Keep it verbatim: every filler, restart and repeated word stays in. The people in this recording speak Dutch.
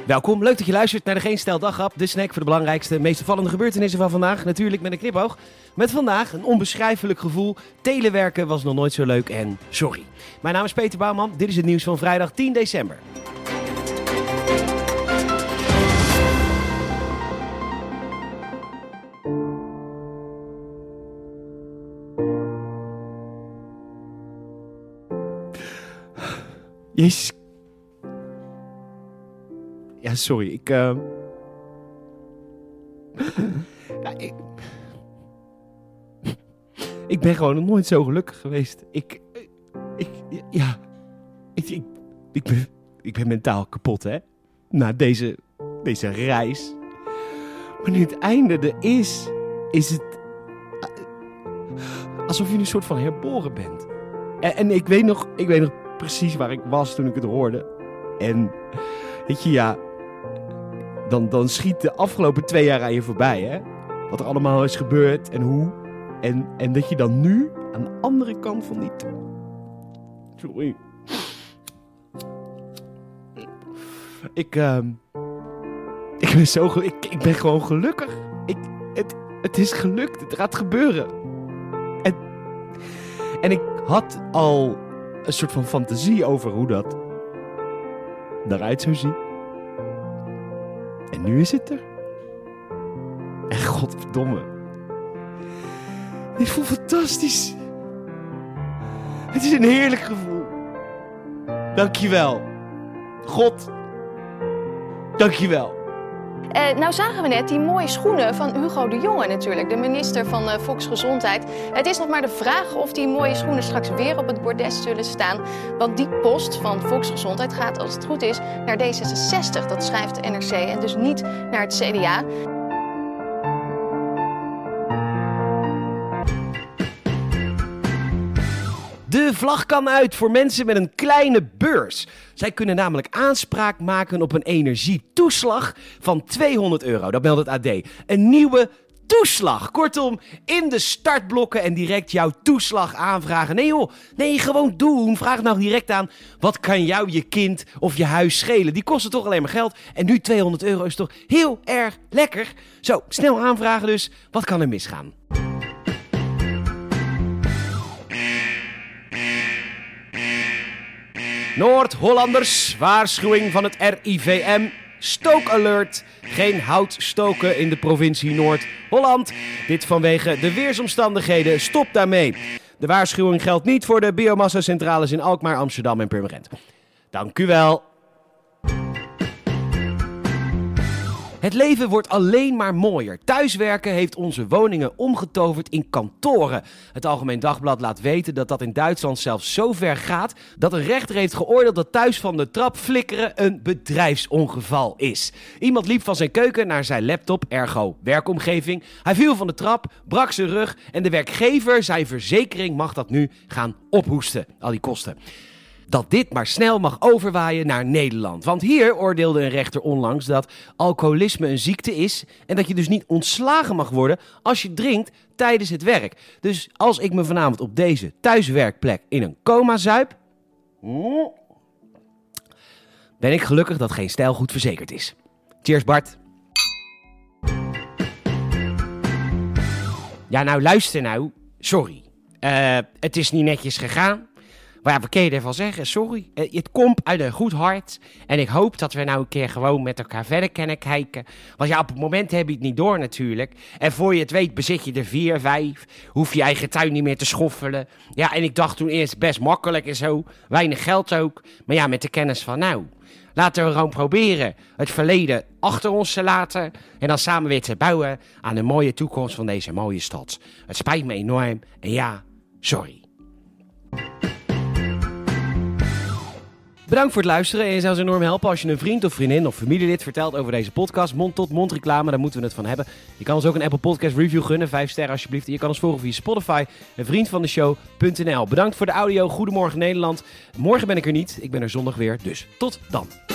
Welkom, leuk dat je luistert naar de Geen Stijl Dagrap, de snack voor de belangrijkste, meest opvallende gebeurtenissen van vandaag. Natuurlijk met een knipoog. Met vandaag een onbeschrijfelijk gevoel. Telewerken was nog nooit zo leuk en sorry. Mijn naam is Peter Bouwman, dit is het nieuws van vrijdag tien december. Jezus. Ja, sorry, ik... Uh... ja, ik... ik ben gewoon nog nooit zo gelukkig geweest. Ik... Ik... Ja... Ik... Ik, ik, ben, ik ben mentaal kapot, hè? Na deze... Deze reis. Maar nu het einde er is... Is het... Alsof je een soort van herboren bent. En, en ik weet nog... Ik weet nog precies waar ik was toen ik het hoorde. En... Weet je, ja... Dan, dan schiet de afgelopen twee jaar aan je voorbij, hè? Wat er allemaal is gebeurd en hoe. En, en dat je dan nu aan de andere kant van die... Sorry. Ik, uh... Ik ben zo... Ge- ik, ik ben gewoon gelukkig. Ik, het, het is gelukt. Het gaat gebeuren. En, en ik had al een soort van fantasie over hoe dat eruit zou zien. En nu is het er. En godverdomme. Dit voelt fantastisch. Het is een heerlijk gevoel. Dankjewel. God. Dankjewel. Uh, nou zagen we net die mooie schoenen van Hugo de Jonge natuurlijk, de minister van uh, Volksgezondheid. Het is nog maar de vraag of die mooie schoenen straks weer op het bordes zullen staan. Want die post van Volksgezondheid gaat, als het goed is, naar D zesenzestig. Dat schrijft de N R C en dus niet naar het C D A. De vlag kan uit voor mensen met een kleine beurs. Zij kunnen namelijk aanspraak maken op een energietoeslag van tweehonderd euro. Dat meldt het A D. Een nieuwe toeslag. Kortom, in de startblokken en direct jouw toeslag aanvragen. Nee joh, nee, gewoon doen. Vraag nou direct aan, wat kan jou je kind of je huis schelen? Die kosten toch alleen maar geld. En nu tweehonderd euro is toch heel erg lekker? Zo, snel aanvragen dus. Wat kan er misgaan? Noord-Hollanders, waarschuwing van het R I V M. Stookalert. Geen hout stoken in de provincie Noord-Holland. Dit vanwege de weersomstandigheden. Stop daarmee. De waarschuwing geldt niet voor de biomassa-centrales in Alkmaar, Amsterdam en Purmerend. Dank u wel. Het leven wordt alleen maar mooier. Thuiswerken heeft onze woningen omgetoverd in kantoren. Het Algemeen Dagblad laat weten dat dat in Duitsland zelfs zo ver gaat dat een rechter heeft geoordeeld dat thuis van de trap flikkeren een bedrijfsongeval is. Iemand liep van zijn keuken naar zijn laptop, ergo werkomgeving. Hij viel van de trap, brak zijn rug en de werkgever, zijn verzekering, mag dat nu gaan ophoesten. Al die kosten. Dat dit maar snel mag overwaaien naar Nederland. Want hier oordeelde een rechter onlangs dat alcoholisme een ziekte is en dat je dus niet ontslagen mag worden als je drinkt tijdens het werk. Dus als ik me vanavond op deze thuiswerkplek in een coma zuip, ben ik gelukkig dat Geen Stijl goed verzekerd is. Cheers Bart. Ja, nou luister nou. Sorry. Uh, het is niet netjes gegaan. Maar ja, wat kun je ervan zeggen? Sorry. Uh, het komt uit een goed hart. En ik hoop dat we nou een keer gewoon met elkaar verder kunnen kijken. Want ja, op het moment heb je het niet door natuurlijk. En voor je het weet bezit je er vier, vijf. Hoef je eigen tuin niet meer te schoffelen. Ja, en ik dacht toen eerst best makkelijk en zo. Weinig geld ook. Maar ja, met de kennis van nou. Laten we gewoon proberen het verleden achter ons te laten. En dan samen weer te bouwen aan een mooie toekomst van deze mooie stad. Het spijt me enorm. En ja, sorry. Bedankt voor het luisteren en je zou ons enorm helpen als je een vriend of vriendin of familielid vertelt over deze podcast. Mond-tot-mond reclame, daar moeten we het van hebben. Je kan ons ook een Apple Podcast review gunnen, vijf sterren alsjeblieft. En je kan ons volgen via Spotify en vriendvandeshow punt n l. Bedankt voor de audio, goedemorgen Nederland. Morgen ben ik er niet, ik ben er zondag weer, dus tot dan.